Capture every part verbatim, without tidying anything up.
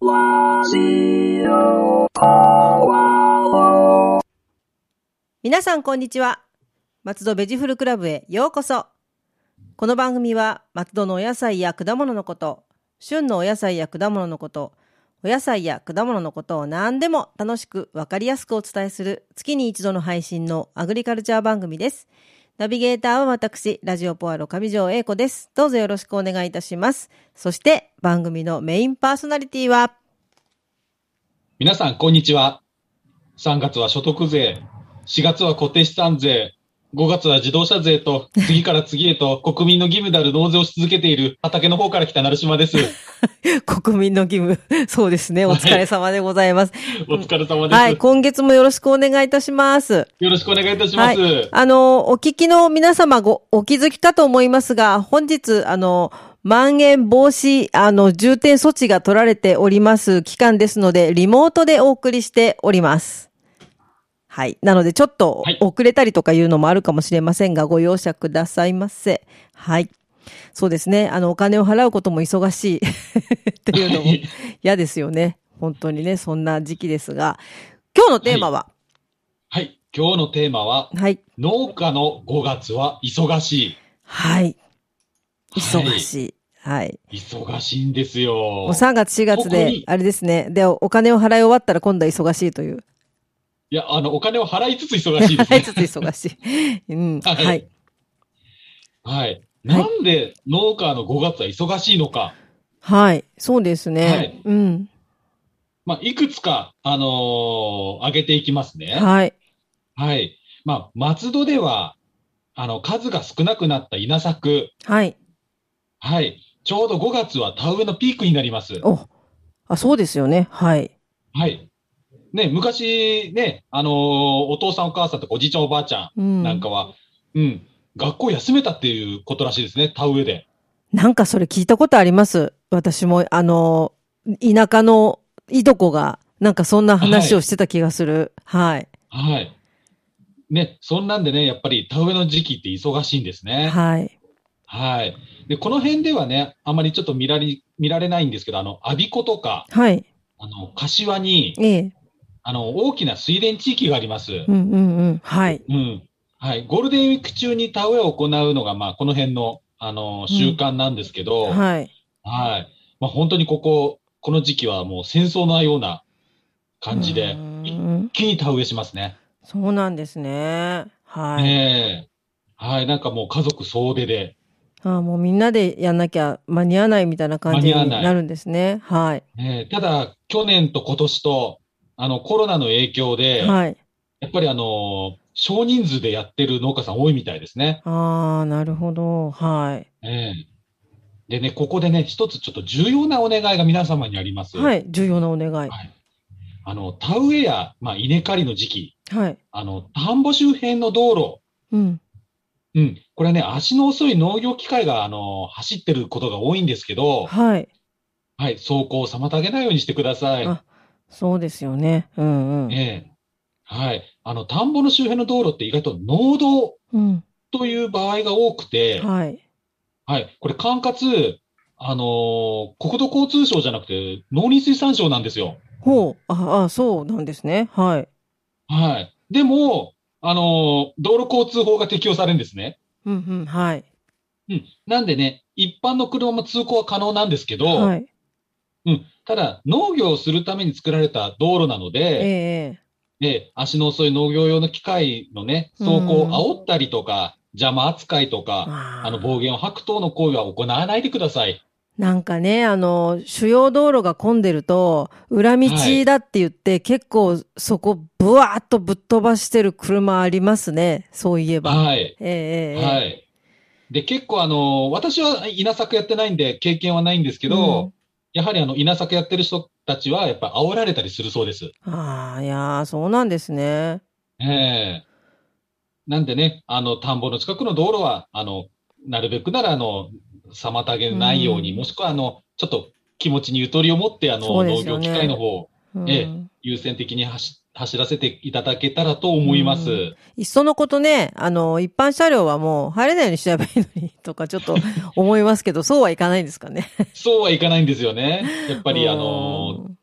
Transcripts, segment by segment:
ラジオポアロ。 皆さんこんにちは。松戸ベジフルクラブへようこそ。この番組は松戸のお野菜や果物のこと、旬のお野菜や果物のこと、お野菜や果物のことを何でも楽しくわかりやすくお伝えする月に一度の配信のアグリカルチャー番組です。ナビゲーターは私、ラジオポアロ上条英子です。どうぞよろしくお願いいたします。そして番組のメインパーソナリティは、 皆さんこんにちは。さんがつは所得税、しがつは固定資産税、ごがつは自動車税と、次から次へと国民の義務である納税をし続けている畑の方から来た成島です。 国民の義務、そうですね。お疲れ様でございます。 お疲れ様です。 はい、今月もよろしくお願いいたします。 よろしくお願いいたします。 はい、あの、お聞きの皆様ご、お気づきかと思いますが、本日、あの、まん延防止、あの、重点措置が取られております期間ですので、リモートでお送りしております。はい。なので、ちょっと遅れたりとかいうのもあるかもしれませんが、ご容赦くださいませ。はい。そうですね。あの、お金を払うことも忙しいっていうのも嫌ですよね。本当にね、そんな時期ですが。今日のテーマは、 はい、はい。今日のテーマは、はい。農家のごがつは忙しい。 はい。忙しい。はい。 忙しいんですよ。 もうさんがつしがつで、あれですね。で、お金を払い終わったら今度は忙しいという。 いや、あの、お金を払いつつ忙しいですね。払いつつ忙しい。うん。はい。はい。 はい。なんで農家のごがつは忙しいのか。 はい。そうですね。はい。うん。 まあ、いくつか、あのー、挙げていきますね。 はい。 はい。まあ、松戸では、あの、数が少なくなった稲作。 はい。 はい。ちょうどごがつは田植えのピークになります。 お、あ、そうですよね。はい。 はい。ね、昔ね、あのー、お父さんお母さんとかおじいちゃんおばあちゃんなんかは、うん、うん、学校休めたっていうことらしいですね、田植えで。 なんかそれ聞いたことあります。私も、あのー、田舎のいとこが、なんかそんな話をしてた気がする。はい。 はい。はい。ね、そんなんでね、やっぱり田植えの時期って忙しいんですね。 はい。 はい。で、この辺ではね、あまりちょっと見られ、見られないんですけど、あの、我孫子とか、 はい。 あの、柏に、 ええ。 あの、大きな水田地域があります。 うんうんうん。はい。 うん。はい。ゴールデンウィーク中に田植えを行うのが、まあ、この辺の、あの、習慣なんですけど、 うん、はい。 はい。まあ、本当にここ、この時期はもう戦争のような感じで、一気に田植えしますね。 そうなんですね。はい。 ねえ。はい。なんかもう家族総出で。 ああ、もうみんなでやんなきゃ間に合わないみたいな感じになるんですね。はい。 ねえ、ただ、去年と今年と、あの、コロナの影響で、はい。やっぱりあの、少人数でやってる農家さん多いみたいですね。 ああ、なるほど。はい。 ええ。でね、ここでね、一つちょっと重要なお願いが皆様にあります。 はい、重要なお願い。はい。 あの、田植えや、まあ、稲刈りの時期。 はい。 あの、田んぼ周辺の道路。うん。うん。これね、足の遅い農業機械が、あの、走ってることが多いんですけど。 はい。 はい、走行を妨げないようにしてください。 あ、そうですよね。うんうん。 ええ。はい。あの、田んぼの周辺の道路って意外と農道という場合が多くて、うん、はい。はい。これ管轄、あのー、国土交通省じゃなくて農林水産省なんですよ。 ほう。ああ、そうなんですね。はい。 はい。でも、あのー、道路交通法が適用されるんですね。 うんうん、はい。 うん。なんでね、一般の車も通行は可能なんですけど、はい。うん。ただ、農業をするために作られた道路なので、ええで、足の遅い農業用の機械のね、走行を煽ったりとか、邪魔扱いとか、あの、暴言を吐く等の行為は行わないでください。 なんかね、あの、主要道路が混んでると、裏道だって言って、はい、結構そこ、ブワーっとぶっ飛ばしてる車ありますね。そういえば。 はい。 ええー、はい。で、結構あの、私は稲作やってないんで経験はないんですけど、うん、やはりあの、稲作やってる人たちは、やっぱり煽られたりするそうです。 ああ、いやー、そうなんですね。 ええー。なんでね、あの、田んぼの近くの道路は、あの、なるべくなら、あの、妨げないように、うん、もしくは、あの、ちょっと気持ちにゆとりを持って、あの、ね、農業機械の方、うん、ええ、優先的に走走らせていただけたらと思います。うん、 いっそのことね、あの、一般車両はもう入れないようにしちゃえばいいのにとかちょっと思いますけど、そうはいかないんですかね。 そうはいかないんですよね。やっぱり、あの、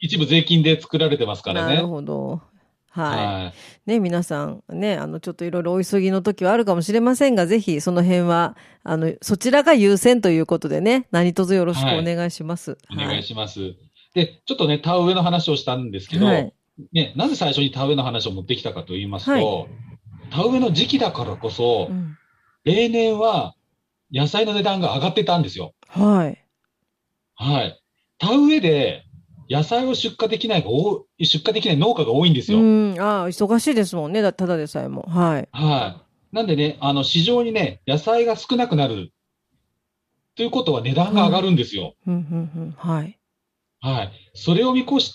一部税金で作られてますからね。 なるほど。はい。 はい。 ね、皆さん、ね、あの、ちょっといろいろお急ぎの時はあるかもしれませんが、ぜひその辺は、あの、そちらが優先ということでね、何卒よろしくお願いします。 はい、お願いします。で、ちょっとね、田植えの話をしたんですけど、はい、ね、なぜ最初に田植えの話を持ってきたかと言いますと、はい、田植えの時期だからこそ、うん、例年は野菜の値段が上がってたんですよ。 はい。 はい。田植えで野菜を出荷できないが多い、出荷できない農家が多いんですよ。 うん、ああ、忙しいですもんね、ただでさえも。はい。 はい。なんでね、あの、市場にね、野菜が少なくなるということは値段が上がるんですよ。 うん、うん、うん、はい。 はい。それを見越して、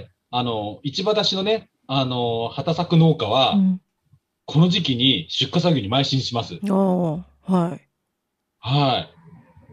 あの、市場出しのね、あの、畑作農家は、うん、この時期に出荷作業に邁進します。 ああ、はい。 はい。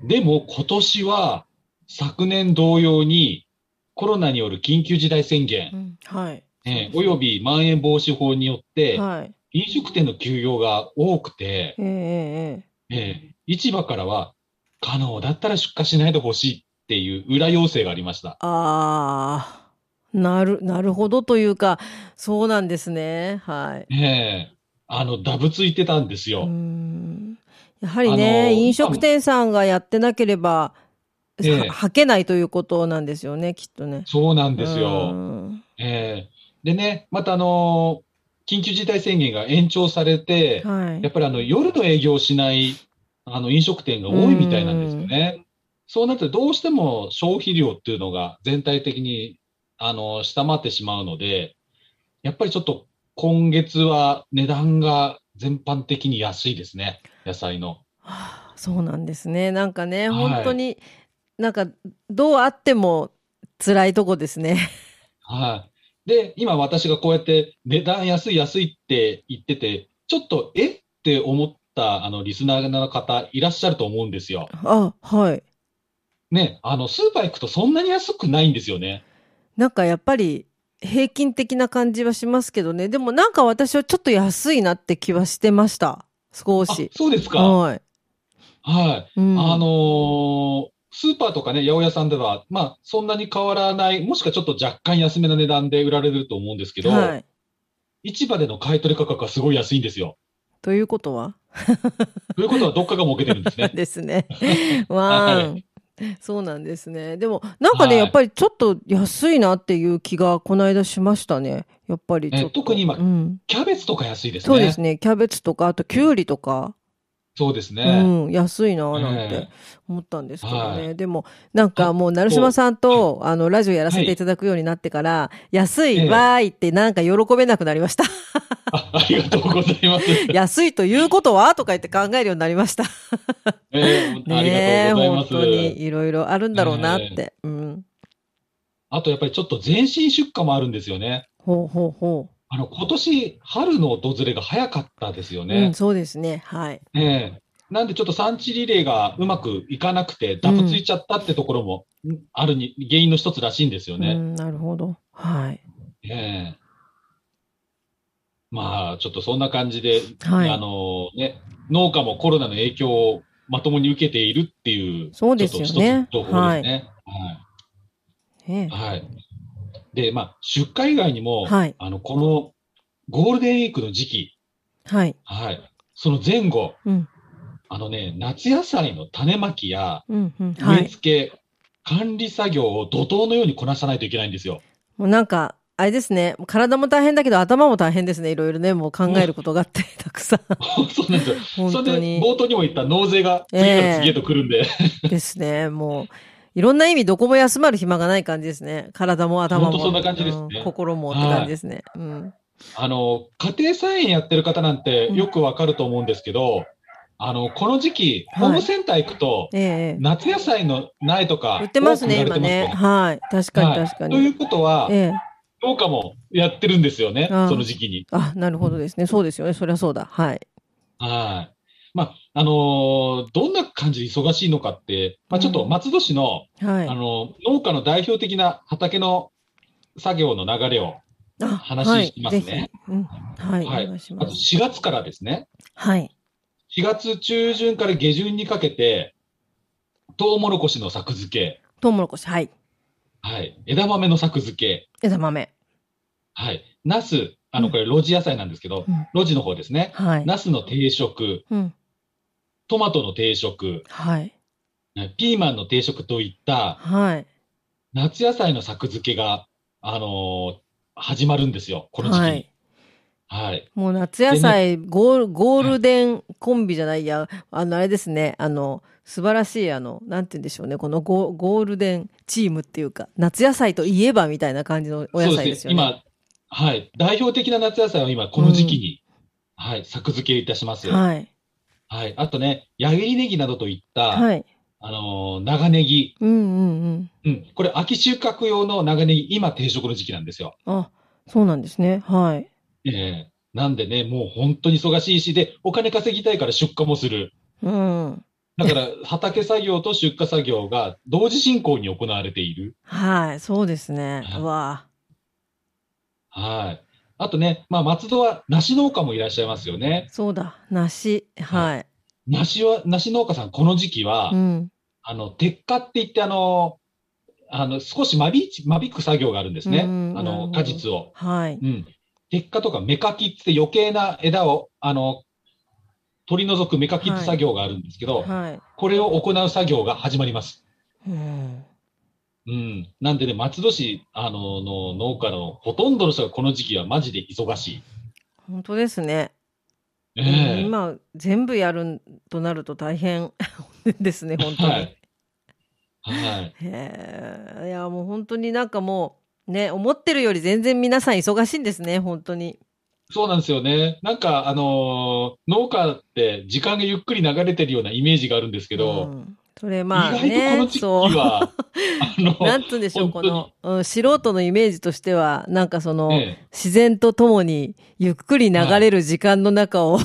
でも今年は、昨年同様に、コロナによる緊急事態宣言、うん、 はい。 えー、およびまん延防止法によって、はい、飲食店の休業が多くて、えーえーえー、市場からは、可能だったら出荷しないでほしいっていう裏要請がありました。 ああ、なる、なるほどというか、そうなんですね。はい。 ええー、あの、ダブついてたんですよ。 うーん、やはりね、飲食店さんがやってなければ、えー、はけないということなんですよね、きっとね。 そうなんですよ。ええー、でね、またあのー、緊急事態宣言が延長されて、はい、やっぱりあの、夜の営業をしない、あの、飲食店が多いみたいなんですよね。そうなってどうしても消費量っていうのが全体的に、あの、下回ってしまうので、やっぱりちょっと今月は値段が全般的に安いですね、野菜の。 はあ、そうなんですね。なんかね、はい、本当に、なんか、どうあっても辛いとこですね。 はい。で、今私がこうやって値段安い安いって言ってて、ちょっとえって思ったあのリスナーの方いらっしゃると思うんですよ。 あ、はい。 ね、あの、スーパー行くとそんなに安くないんですよね。 なんかやっぱり平均的な感じはしますけどね。でもなんか私はちょっと安いなって気はしてました。少し。 あ、そうですか。 はい。 はい。うん、あのー、スーパーとかね、八百屋さんでは、まあ、そんなに変わらない、もしくはちょっと若干安めな値段で売られると思うんですけど、はい、市場での買い取り価格はすごい安いんですよ。 ということはということはどっかが儲けてるんですね。 ですね。わーん。はい、そうなんですね。でも、なんかね、はい、やっぱりちょっと安いなっていう気がこの間しましたね。やっぱりちょっと。 特に今、うん、キャベツとか安いですね。 そうですね。キャベツとか、あとキュウリとか。 そうですね。 うん、安いなぁなんて思ったんですけどね。えー、でも、なんかもう、成島さんと、あの、ラジオやらせていただくようになってから、はい、安い、わーいってなんか喜べなくなりました。 あ、ありがとうございます。 安いということはとか言って考えるようになりました。 えー、ありがとうございます。 本当にいろいろあるんだろうなって、えー。うん。 あとやっぱりちょっと前進出荷もあるんですよね。 ほうほうほう。 あの、今年、春の訪れが早かったですよね。 うん、そうですね。はい。 ええーなんでちょっと産地リレーがうまくいかなくて、ダブついちゃったってところもあるに、うん、原因の一つらしいんですよね。 うん、なるほど。はい。 ええー、まあ、ちょっとそんな感じで、はい、あのね、農家もコロナの影響をまともに受けているっていう、 そうですよね。 ちょっと一つ情報ですね。はい。はい。はい。で、まあ、出荷以外にも、はい、あの、このゴールデンウィークの時期、 はい。 はい。その前後、 うん、 あのね、夏野菜の種まきや、うんうんはい、植え付け、管理作業を怒涛のようにこなさないといけないんですよ。 もうなんか、あれですね。体も大変だけど頭も大変ですね。いろいろね、もう考えることがあって、たくさん。 そうなんですよ。本当に。それで、冒頭にも言った納税が次から次へと来るんで。 えー、ですね。もう、いろんな意味どこも休まる暇がない感じですね。体も頭も。 本当そんな感じですね。 うん、心もって感じですね。うん。 あの、家庭菜園やってる方なんてよくわかると思うんですけど、うんあの、この時期、ホームセンター行くと、はいええ、夏野菜の苗とか、 売ってますね、今ね。はい。確かに確かに。 はい、ということは、ええ、農家もやってるんですよね、その時期に。 あ、なるほどですね。そうですよね。そりゃそうだ。はい。 はい。まあ、あのー、どんな感じで忙しいのかって、まあ、ちょっと松戸市の、うんはい、あの、農家の代表的な畑の作業の流れを話しますね。 はい。うん、はい。 はい。まずしがつからですね。 はい。 しがつ中旬から下旬にかけて、トウモロコシの作付け。 トウモロコシ、はい。 はい。枝豆の作付け。 枝豆。 はい。ナス、あの、これ、露地野菜なんですけど、うん、露地の方ですね。はい。ナスの定食。うん。トマトの定食。はい。ピーマンの定食といった。はい。夏野菜の作付けが、あのー、始まるんですよ。この時期に。はい。はい。 もう夏野菜、ね、ゴール、ゴールデンコンビじゃないや、あの、あれですね。あの、素晴らしい、あの、なんて言うんでしょうね。このゴゴールデンチームっていうか、夏野菜といえばみたいな感じのお野菜ですよね。 そうですね。今、はい。代表的な夏野菜は今、この時期に、うん、はい、作付けいたします。はい。はい。あとね、矢切ネギなどといった、はい。あのー、長ネギ。うんうんうん。うん。これ、秋収穫用の長ネギ、今定食の時期なんですよ。 あ、そうなんですね。はい。 ええー、なんでね、もう本当に忙しいし、で、お金稼ぎたいから出荷もする。うん。だから、畑作業と出荷作業が同時進行に行われている。 はい、そうですね。うわはい。あとね、まあ、松戸は梨農家もいらっしゃいますよね。 そうだ、梨。はい。はい、 梨は、梨農家さん、この時期は、うん、あの、鉄火って言って、あの、あの、少し間引間引く作業があるんですね。あの、果実を。はい。うん。鉄火とか芽かきって余計な枝を、あの、取り除く芽かきって作業があるんですけど、はいはい、これを行う作業が始まります。うんうん。なんでね、松戸市、あの、の農家のほとんどの人がこの時期はマジで忙しい。 本当ですね。えー、今、全部やるとなると大変ですね、本当に。はい。はい。へえ。いや、もう本当になんかもう、ね、思ってるより全然皆さん忙しいんですね、本当に。 そうなんですよね。なんか、あのー、農家って時間がゆっくり流れてるようなイメージがあるんですけど、うん、 それまあ、ね、 意外とこの時期は、 あの、なんつうんでしょう、この、うん、素人のイメージとしては、なんかその、ええ、自然とともにゆっくり流れる時間の中を、はい、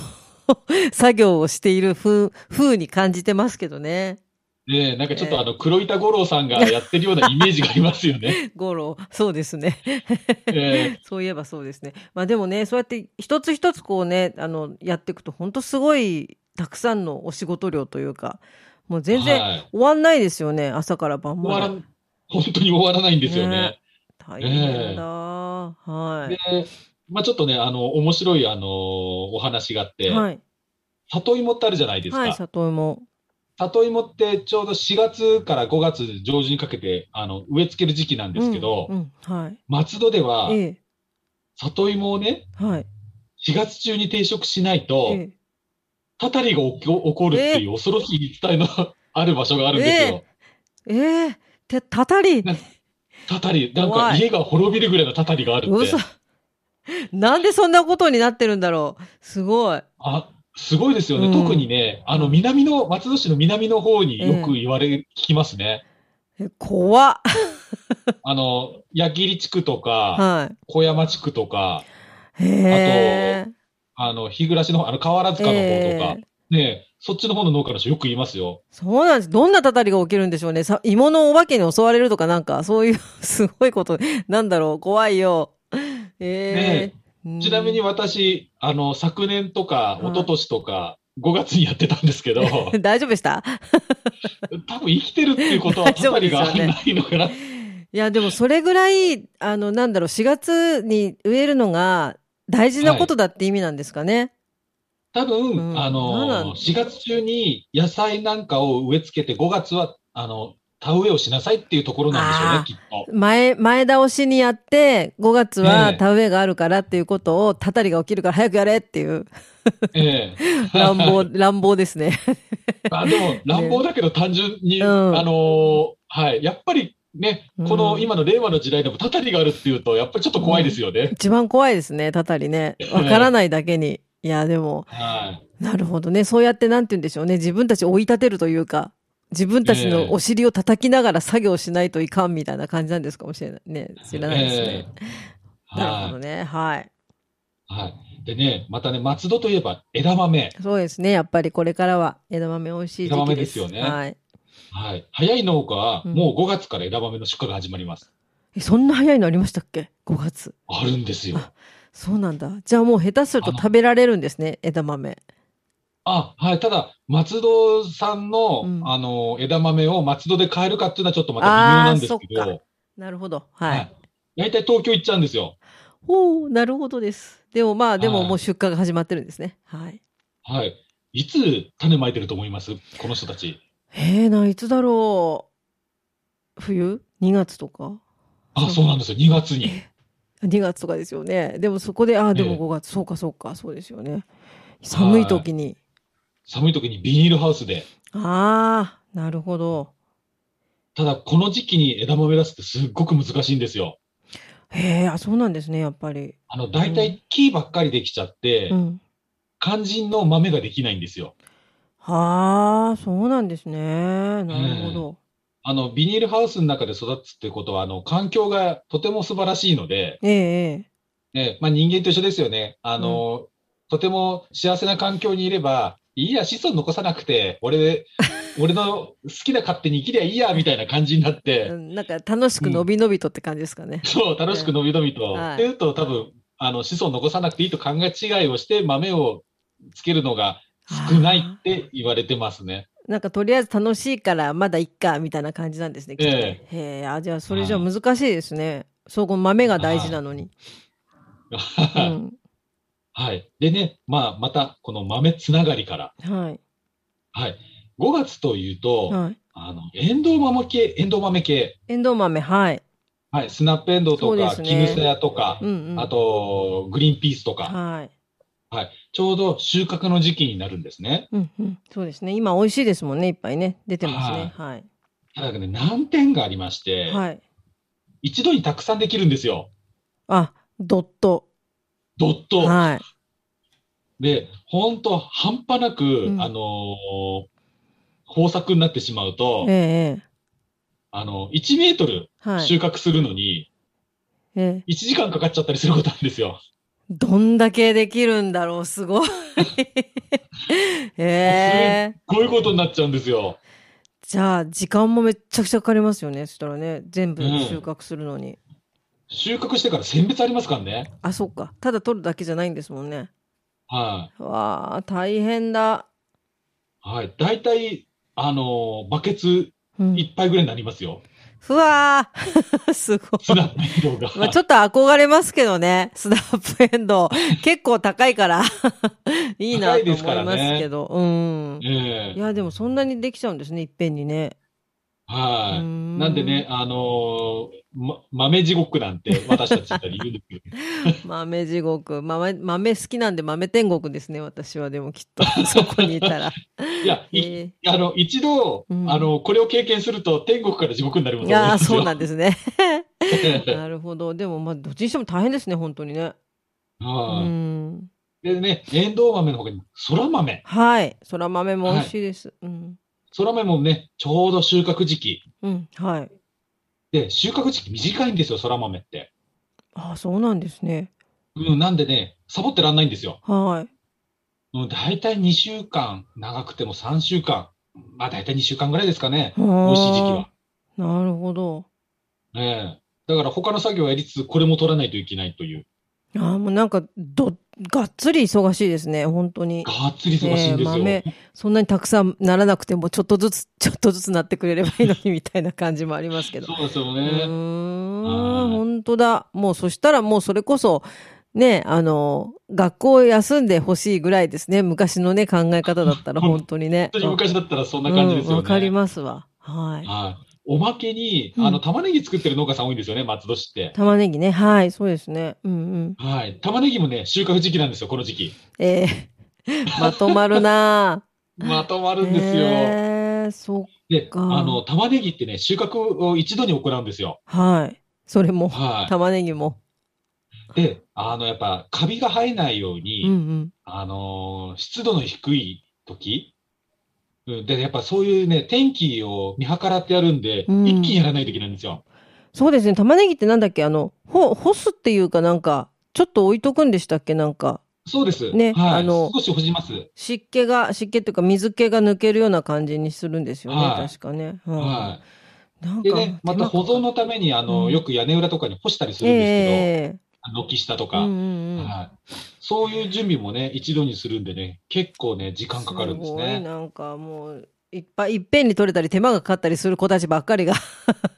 作業をしている風、風に感じてますけどね。 ねえ、なんかちょっとあの、黒板五郎さんがやってるようなイメージがありますよね。 五郎、そうですね。えー、そういえばそうですね。まあでもね、そうやって一つ一つこうね、あの、やっていくと本当すごいたくさんのお仕事量というか、もう全然終わんないですよね、はい、朝から晩まで。 終わらん、本当に終わらないんですよね。ね、 大変だ、えー、はい。 で、まあちょっとね、あの、面白いあの、お話があって、はい。里芋ってあるじゃないですか。 はい、里芋。 里芋ってちょうどしがつからごがつ上旬にかけて、あの、植え付ける時期なんですけど、うんうん、はい、松戸では、ええ、里芋をね、はい、しがつ中に定食しないと、ええ、たたりが起こるっていう恐ろしい言い伝えのある場所があるんですよ。 ええええ、て、たたりたたり、なんか家が滅びるぐらいのたたりがあるって。 嘘。なんでそんなことになってるんだろう。すごい。 あ、すごいですよね。うん、特にね、あの、南の、松戸市の南の方によく言われ、聞きますね。 え、怖っ。 あの、矢切地区とか、はい、小山地区とか、 へあと、あの、日暮の方、あの、河原塚の方とか、ね、そっちの方の農家の人よく言いますよ。 そうなんです。どんなたたりが起きるんでしょうね。さ、芋のお化けに襲われるとかなんか、そういうすごいこと、なんだろう、怖いよ。 えーね、ちなみに私、あの、昨年とか、一昨年とか、ごがつにやってたんですけど。 大丈夫でした多分生きてるっていうことは、たたりがないのかな。 いや、でもそれぐらい、あの、なんだろう、しがつに植えるのが大事なことだって意味なんですかね。 はい、多分、うん、あの、しがつ中に野菜なんかを植え付けて、ごがつは、あの、田植えをしなさいっていうところなんでしょうね、きっと。 前、前倒しにやって、ごがつは田植えがあるからっていうことを、たたりが起きるから早くやれっていう。ええ。乱暴、乱暴ですね。 あ、でも、乱暴だけど単純に、ね、うん、あのー、はい。やっぱりね、この今の令和の時代でもたたりがあるっていうと、やっぱりちょっと怖いですよね。うん、 一番怖いですね、たたりね。わからないだけに。いや、でも、はい、なるほどね。そうやってなんて言うんでしょうね。自分たちを追い立てるというか、自分たちのお尻を叩きながら作業しないといかんみたいな感じなんですかもしれないね。知らないですね。えー、なるほどね。はい。 はい。でね、またね、松戸といえば枝豆。 そうですね。やっぱりこれからは枝豆美味しい時期です。 枝豆ですよね。はい。はい。早い農家はもうごがつから枝豆の出荷が始まります。 うん、え、そんな早いのありましたっけ ?ご 月。 あるんですよ。 そうなんだ。じゃあもう下手すると食べられるんですね、枝豆。 あ、はい。ただ、松戸産の、うん、あの、枝豆を松戸で買えるかっていうのはちょっとまた微妙なんですけど。 なるほど。はい。 大体東京行っちゃうんですよ。 おお、なるほどです。でもまあ、でももう出荷が始まってるんですね。はい。 はい。いつ種まいてると思います？この人たち。 ええー、ないつだろう。冬 ?に 月とか？ あ、そうなんですよ。にがつに。 にがつとかですよね。でもそこで、あ、でもごがつ、ええ、そうかそうか、そうですよね。寒い時に。 寒い時にビニールハウスで。 ああ、なるほど。 ただ、この時期に枝豆出すってすっごく難しいんですよ。 へえ、あ、そうなんですね、やっぱり。 あの、大体木ばっかりできちゃって、うん、肝心の豆ができないんですよ。 はあ、そうなんですね。なるほど。 うん、あの、ビニールハウスの中で育つってことは、あの、環境がとても素晴らしいので、 ええ、 ええ、まあ人間と一緒ですよね。あの、うん、とても幸せな環境にいれば、いいや、子孫残さなくて、俺、俺の好きな勝手に生きりゃいいや、みたいな感じになって。 うん、なんか楽しくのびのびとって感じですかね。 うん、そう、楽しくのびのびと。 はい、 っていうと、多分、あの、子孫残さなくていいと考え違いをして豆をつけるのが少ないって言われてますね。 なんかとりあえず楽しいからまだいっか、みたいな感じなんですね、きっと。ええ、へえ、あ、じゃあそれじゃ難しいですね。そう、この豆が大事なのに。 うん、はい。でね、まあ、また、この豆つながりから。 はい。 はい。ごがつというと、はい、あの、エンドウ豆系、エンドウ豆系。 エンドウ豆、はい。 はい。スナップエンドウとか、キヌサヤとか、うんうん、あと、グリーンピースとか。 はい。 はい。ちょうど収穫の時期になるんですね。 うんうん。そうですね。今美味しいですもんね、いっぱいね。出てますね。はい。はい、 ただね、難点がありまして、はい。一度にたくさんできるんですよ。 あ、ドット。 ドット。 はい。 で、ほんと、半端なく、うん、あのー、豊作になってしまうと、ええ、あの、いちメートル収穫するのに、はい、いちじかんかかっちゃったりすることなんですよ。 どんだけできるんだろう、すごい。へえ。 すごいことになっちゃうんですよ。 じゃあ、時間もめっちゃくちゃかかりますよね。そしたらね、全部収穫するのに。うん、 収穫してから選別ありますからね。 あ、そっか。ただ取るだけじゃないんですもんね。 はい、 あ。わあ、大変だ。 はい。だいたい、あのー、バケツいっぱいぐらいになりますよ。 ふわーすごい。 スナップエンドウが。 まあちょっと憧れますけどね。スナップエンドウ。結構高いからいいなと思いますけど。ね、うん、えー。いや、でもそんなにできちゃうんですね、いっぺんにね。 はい。なんでね、あのー、ま、豆地獄なんて私たち言ったら言うんですけど。 豆地獄。豆、豆好きなんで豆天国ですね、私はでもきっと。そこにいたら。 いや、い、あの、一度、うん、あの、これを経験すると天国から地獄になりますよ。 いや、そうなんですね。なるほど。でも、まあ、どっちにしても大変ですね、本当にね。 はい、うん。でね、エンドウ豆の他に、そら豆。 はい。そら豆も美味しいです。はい、うん。 そら豆もね、ちょうど収穫時期。 うん、はい。 で、収穫時期短いんですよ、そら豆って。 ああ、そうなんですね。 うん、なんでね、サボってらんないんですよ。 はい。 うん、だいたいにしゅうかん、長くてもさんしゅうかん。まあ、だいたいにしゅうかんぐらいですかね。美味しい時期は。 なるほど。 ええ。だから他の作業をやりつつ、これも取らないといけないという。 ああ、もうなんか、ど、がっつり忙しいですね、本当に。 がっつり忙しいんですよ。 豆、そんなにたくさんならなくても、ちょっとずつ、ちょっとずつなってくれればいいのに、みたいな感じもありますけど。 そうですよね。 うーん、本当だ。もうそしたらもうそれこそ、ね、あの、学校休んでほしいぐらいですね。昔のね、考え方だったら本当にね。 本当に昔だったらそんな感じですよね。わ、 うん、かりますわ。はい。 はい。おまけに、あの、玉ねぎ作ってる農家さん多いんですよね、松戸市って。 玉ねぎね。はい、そうですね。うんうん。はい。玉ねぎもね、収穫時期なんですよ、この時期。 ええー、まとまるなまとまるんですよ。 ええー、そっか。 で、あの、玉ねぎってね、収穫を一度に行うんですよ。 はい。それも、はい、玉ねぎも。 で、あの、やっぱ、カビが生えないように、うんうん、あの、湿度の低い時、で、やっぱそういうね、天気を見計らってやるんで、うん、一気にやらないといけないんですよ。 そうですね。玉ねぎってなんだっけあの、ほ、干すっていうかなんか、ちょっと置いとくんでしたっけなんか。 そうです。 ね。 はい。 あの、 少し干します。 湿気が、湿気っていうか水気が抜けるような感じにするんですよね。はい、確かね。はい。はい、 なんかでね、また保存のために、あの、うん、よく屋根裏とかに干したりするんですけど、えー、軒下とか、うんうんうん、はい。そういう準備もね、一度にするんでね、結構ね、時間かかるんですね。 すごい、なんかもう、いっぱいいっぺんに取れたり手間がかかったりする子たちばっかりが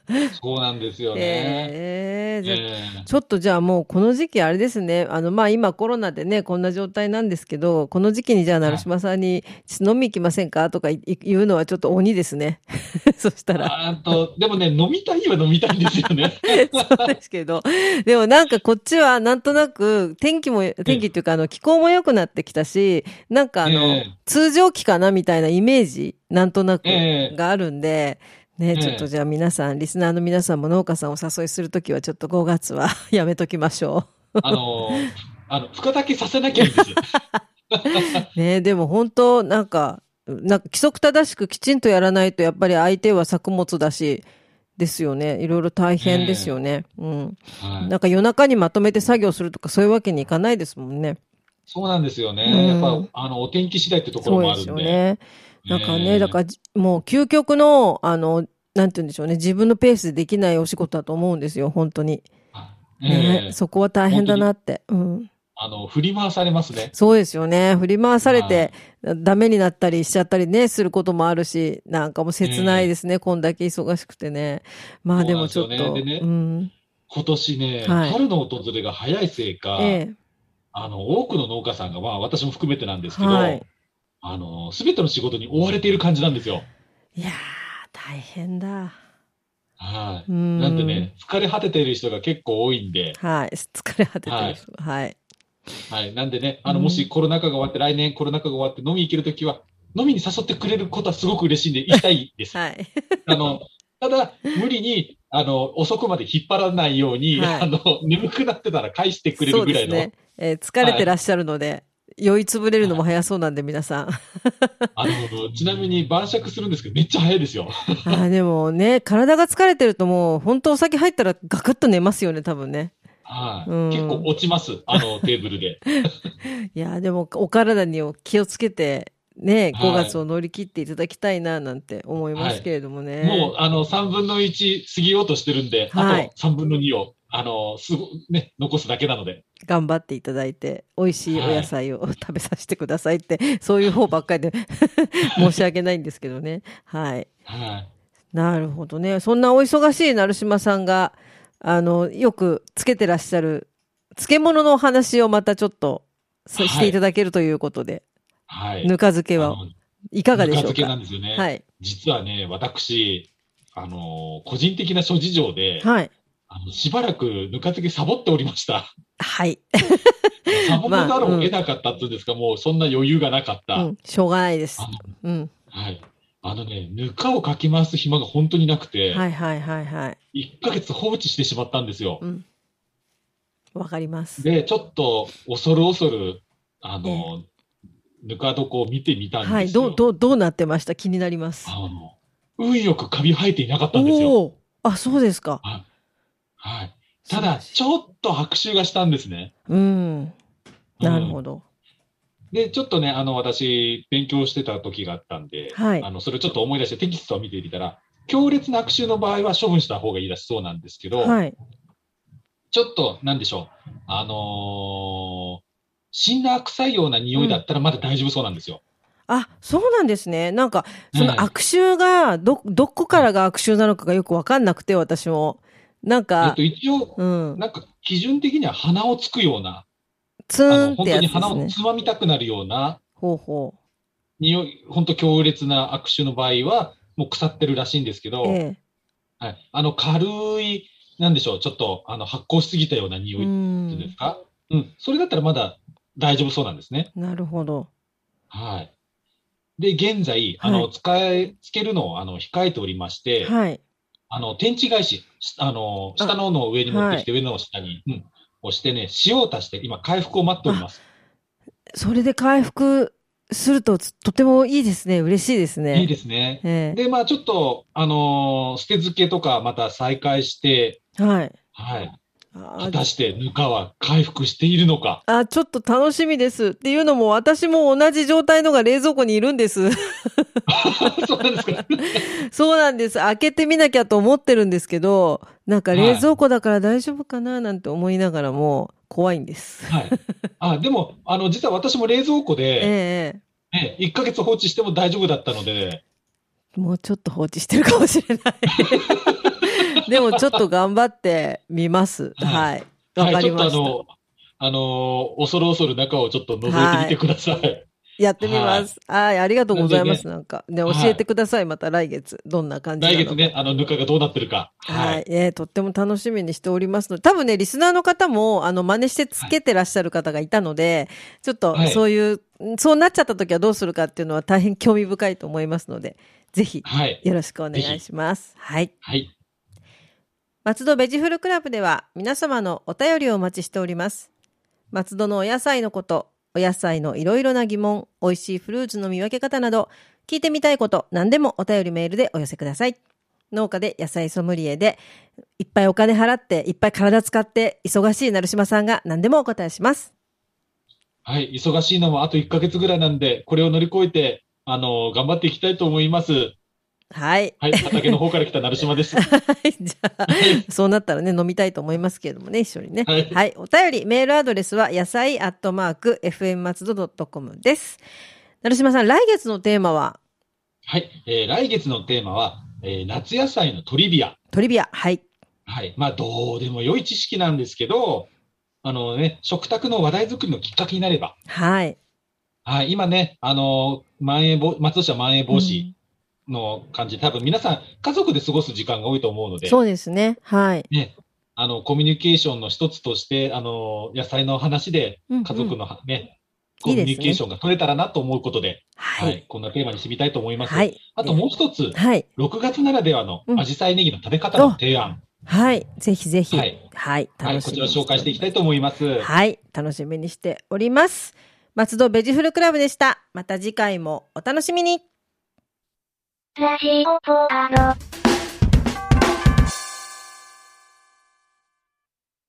そうなんですよね。 えー、じゃあ、 えーちょっとじゃあもうこの時期あれですね。あの、まあ今コロナでね、こんな状態なんですけど、この時期にじゃあ、成島さんに飲み行きませんかとかい言うのはちょっと鬼ですね。そしたら。 あーと、でもね、飲みたいは飲みたいんですよね。 そうですけど。でもなんかこっちはなんとなく天気も、天気っていうかあの気候も良くなってきたし、なんかあの、 ええ通常期かなみたいなイメージ、なんとなくええがあるんで、ね、 ええちょっとじゃあ皆さん、リスナーの皆さんも農家さんをお誘いするときはちょっとごがつはやめときましょあのー、あの、深炊きさせなきゃいいんです。 う。ね、でも本当なんか、なんか規則正しくきちんとやらないとやっぱり相手は作物だし、ですよね。いろいろ大変ですよね。うん。 はい。 なんか夜中にまとめて作業するとかそういうわけにいかないですもんね。 そうなんですようね。やっぱ、 ん。 あの、お天気次第ってところそうですもあるんで。 よね。なんかね、だええからじもう究極の、あの、なんて言うんでしょうね。自分のペースでできないお仕事だと思うんですよ。本当に。 あね。 ええそこは大変本当に、 だなって。うん。 あの、振り回されますね。 そうですよね。振り回されはて、ダメになったりしちゃったりね、することもあるし、なんかもうい。 切ないええですね。こんだけ忙しくてね。まあそうでもなんですよね。でちょっと、うね、 ん。 今年ね、 はい。 春の訪れが早いせいか、 ええ。 あの、多くの農家さんが、まあ、私も含めてなんですけはい。 ど、あの、すべての仕事に追われている感じなんですよ。 いやー、大変だ。 はうーい。なんでん。 ね、疲れ果てている人が結構多いんで、 はい。疲れ果ててはい。 る人。はい。 はい。なんでね、あの、もしうん。 コロナ禍が終わって、来年コロナ禍が終わって飲み行けるときは、飲みに誘ってくれることはすごく嬉しいんで、行きたいです。 はい。 あの、ただ、無理に、あの、遅くまで引っ張らないように、 はい。 あの、眠くなってたら返してくれるそうぐらいの、 ですね。えー疲れはい。 てらっしゃるので、酔いつぶれるのもはい。 早そうなんで、皆さん。 あの、ちなみに晩酌するんですけど、めっちゃ早いですよ。 ああ、でもね、体が疲れてるともう、本当お酒入ったらガクッと寝ますよね、多分ね。うはい。結構ん。 落ちます。あの、テーブルで。 いや、でも、お体に気をつけて、ね、5 はい。 月を乗り切っていただきたいな、なんて思いまはい。 すけれどもね。 もう、あの、さんぶんのいち過ぎようとしてるんで、あはい。 とさんぶんのにを、あの、すご、ね、残すだけなので。 頑張っていただいて、美味しいおはい。 野菜を食べさせてくださいって、そういう方ばっかりで申し訳ないんですけどね。はい。 はい。 なるほどね。そんなお忙しい成島さんが、あの、よくつけてらっしゃる漬物のお話をまたちょっとさしていたはい。 だけるということで、 はい。 ぬか漬けはあの、 いかがぬかでしょうか？ 漬けなんですよね。 はい。 実はね、私、あの、個人的な諸事情で、 はい。 あの、しばらくぬか漬けサボっておりました。 はい。 サボらまあ、 ざるを得うん。 なかったっていうんですか、もうそんな余裕がなかった。 うん。しょうがないです。 あの、 うん。 はい。あのね、ぬかをかき回す暇が本当になくて、 はいはいはいはい。 いっかげつ放置してしまったんですよ。 うん。わかります。 で、ちょっと恐る恐る、あええ。 の、ぬか床を見てみたんはい。どう、 ですよ。 どう、どうなってました？気になります。 あの、運よくカビ生えていなかったんですよ。 おお。あ、そうですか。 はい。はい。ただ、 素晴らしい。 ちょっと悪臭がしたんですね。 うん。 うん。 なるほど。 で、ちょっとね、あの、私、勉強してた時があったんで、 はい。 あの、それをちょっと思い出してテキストを見てみたら、強烈な悪臭の場合は処分した方がいいらしそうなんですけど、 はい。 ちょっと、なんでしょう。あのー、死んだ臭いような匂いだうん。 ったらまだ大丈夫そうなんですよ。 あ、そうなんですね。なんか、そのね悪臭が、ど、どこえ。はい。 からが悪臭なのかがよくわかんなくて、私も。なんか、 えっと、一応、 うん。 なんか、基準的には鼻をつくような、 ツあの、 ーンってや本当につですね。 鼻をつまみたくなるような、 ほうほ匂い、本当強烈な悪臭の場合は、もう腐ってるらしいんですけう。えど、 え。 はい。あの、軽い、なんでしょう、ちょっと、あの、発酵しすぎたようなうー匂いっていうんですん。 か？うん。それだったらまだ大丈夫そうなんですね。 なるほど。 はい。で、現在、あの、 はい。 使え、つけるのを、あの、控えておりまして、 はい。 あの、天地返し、しあの、下あ、 ののを上に持ってきて、 はい。 上のを下に、うん、押してね、塩を足して、今、回復を待っておりあ、 ます。 それで回復するとつとてもいいですね。嬉しいですいいね。 ですね。 えで、まあ、ちょっと、あのー捨て漬けとか、また再開して、 え。はい。 はい。果あ、 たしてぬかは回復しているのか。 あ、ちょっと楽しみです。っていうのも、私も同じ状態のが冷蔵庫にいるんです。 そうなんですか。 そうなんです。開けてみなきゃと思ってるんですけど、なんか冷はい。 蔵庫だから大丈夫かななんて思いながらも怖いんです。 はい。あ、でも、あの、実は私も冷蔵庫えで、 え、えね、いっかげつ放置しても大丈夫だったので、 え。もうちょっと放置してるかもしれない。 でもちょっと頑張ってみます。はい。わ、はい、かりました。 はい、ちょっとあの、あのー、恐る恐る中をちょっと覗いてみてください。はい、 やってみます。はい、ありがとうございます。なん、ね,、か。ね、教えてください。また来月。どんな感じなのか。 来月ね、あの、ぬかがどうなってるか。 はい。はい、えー、とっても楽しみにしておりますので、多分ね、リスナーの方も、あの、真似してつけてらっしゃる方がいたので、はい、ちょっと、そういう、はい、そうなっちゃった時はどうするかっていうのは大変興味深いと思いますので、ぜひ、よろしくお願いします。はい。 はい。 松戸ベジフルクラブでは、皆様のお便りをお待ちしております。松戸のお野菜のこと、お野菜のいろいろな疑問、美味しいフルーツの見分け方など、聞いてみたいこと、何でもお便りメールでお寄せください。農家で野菜ソムリエで、いっぱいお金払って、いっぱい体使って、忙しい成島さんが何でもお答えします。 はい、忙しいのもあといっかげつぐらいなんで、これを乗り越えて、あの、頑張っていきたいと思います。 はい。 はい、畑の方から来た成島です。 はい、じゃあ、そうなったらね、飲みたいと思いますけれどもね、一緒にね。はい。はい、お便り、メールアドレスは、野菜アットマーク、エフエム 松戸 ドットコム です。成島さん、来月のテーマは？ はい、えー、来月のテーマは、えー、夏野菜のトリビア。 トリビア、はい。 はい。まあ、どうでも良い知識なんですけど、あのね、食卓の話題作りのきっかけになれば。 はい。 はい、今ね、あの、まん延防、松戸市はまん延防止の感じで、うん、多分皆さん、家族で過ごす時間が多いと思うので。 そうですね。はい。 ね、あの、コミュニケーションの一つとして、あの、野菜の話で、家族のね、うんうん、コミュニケーションが取れたらなと思うことで、はい、はい。こんなテーマにしてみたいと思います。はい。あともう一つ、はい。ろくがつならではのアジサイネギの食べ方の提案。うん、 はい。ぜひぜひ。はい。はい。 楽しみに、はい。こちら紹介していきたいと思います。 はい。楽しみにしております。松戸ベジフルクラブでした。また次回もお楽しみに。ラジオポアロ。